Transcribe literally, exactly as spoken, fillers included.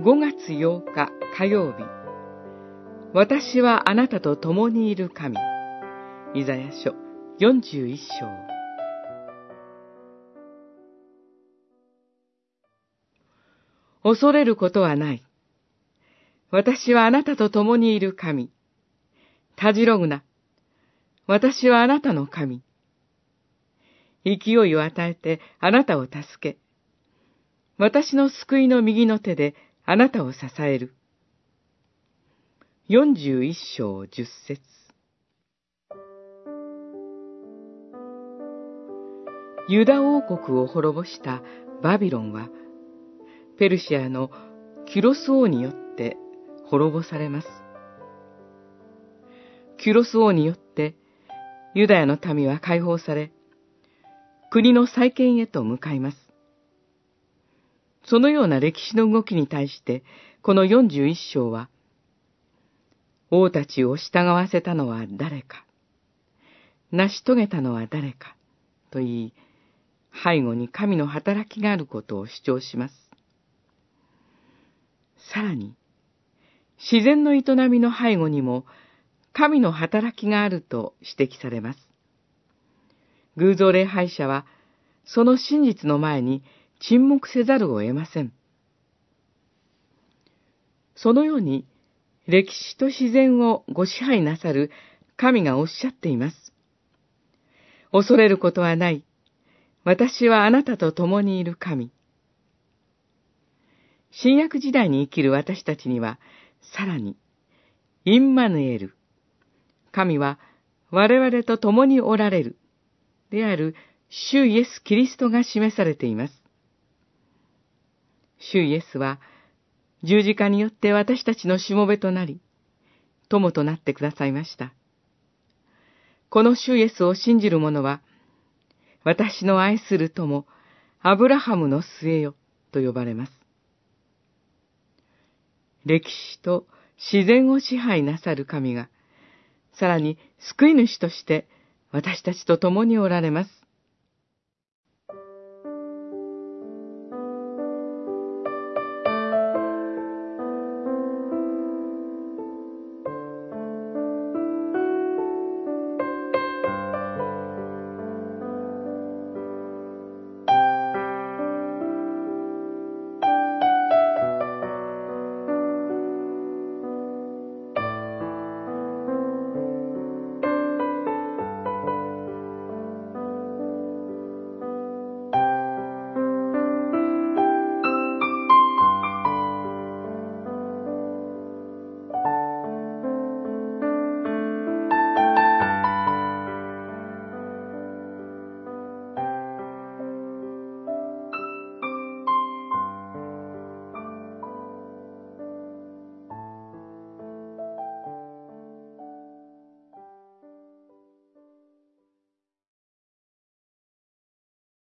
ごがつようか火曜日、私はあなたと共にいる神。イザヤ書よんじゅういっしょう。恐れることはない。私はあなたと共にいる神。たじろぐな。私はあなたの神。勢いを与えてあなたを助け、私の救いの右の手であなたを支える。よんじゅういっしょうじゅっせつ。ユダ王国を滅ぼしたバビロンは、ペルシアのキュロス王によって滅ぼされます。キュロス王によってユダヤの民は解放され、国の再建へと向かいます。そのような歴史の動きに対して、このよんじゅういっしょうは、王たちを従わせたのは誰か、成し遂げたのは誰か、と言い、背後に神の働きがあることを主張します。さらに、自然の営みの背後にも、神の働きがあると指摘されます。偶像礼拝者は、その真実の前に沈黙せざるを得ません。そのように、歴史と自然をご支配なさる神がおっしゃっています。恐れることはない。私はあなたと共にいる神。新約時代に生きる私たちには、さらに、インマヌエル、神は我々と共におられる、である主イエス・キリストが示されています。主イエスは、十字架によって私たちのしもべとなり、友となってくださいました。この主イエスを信じる者は、私の愛する友、アブラハムの末よ、と呼ばれます。歴史と自然を支配なさる神が、さらに救い主として私たちと共におられます。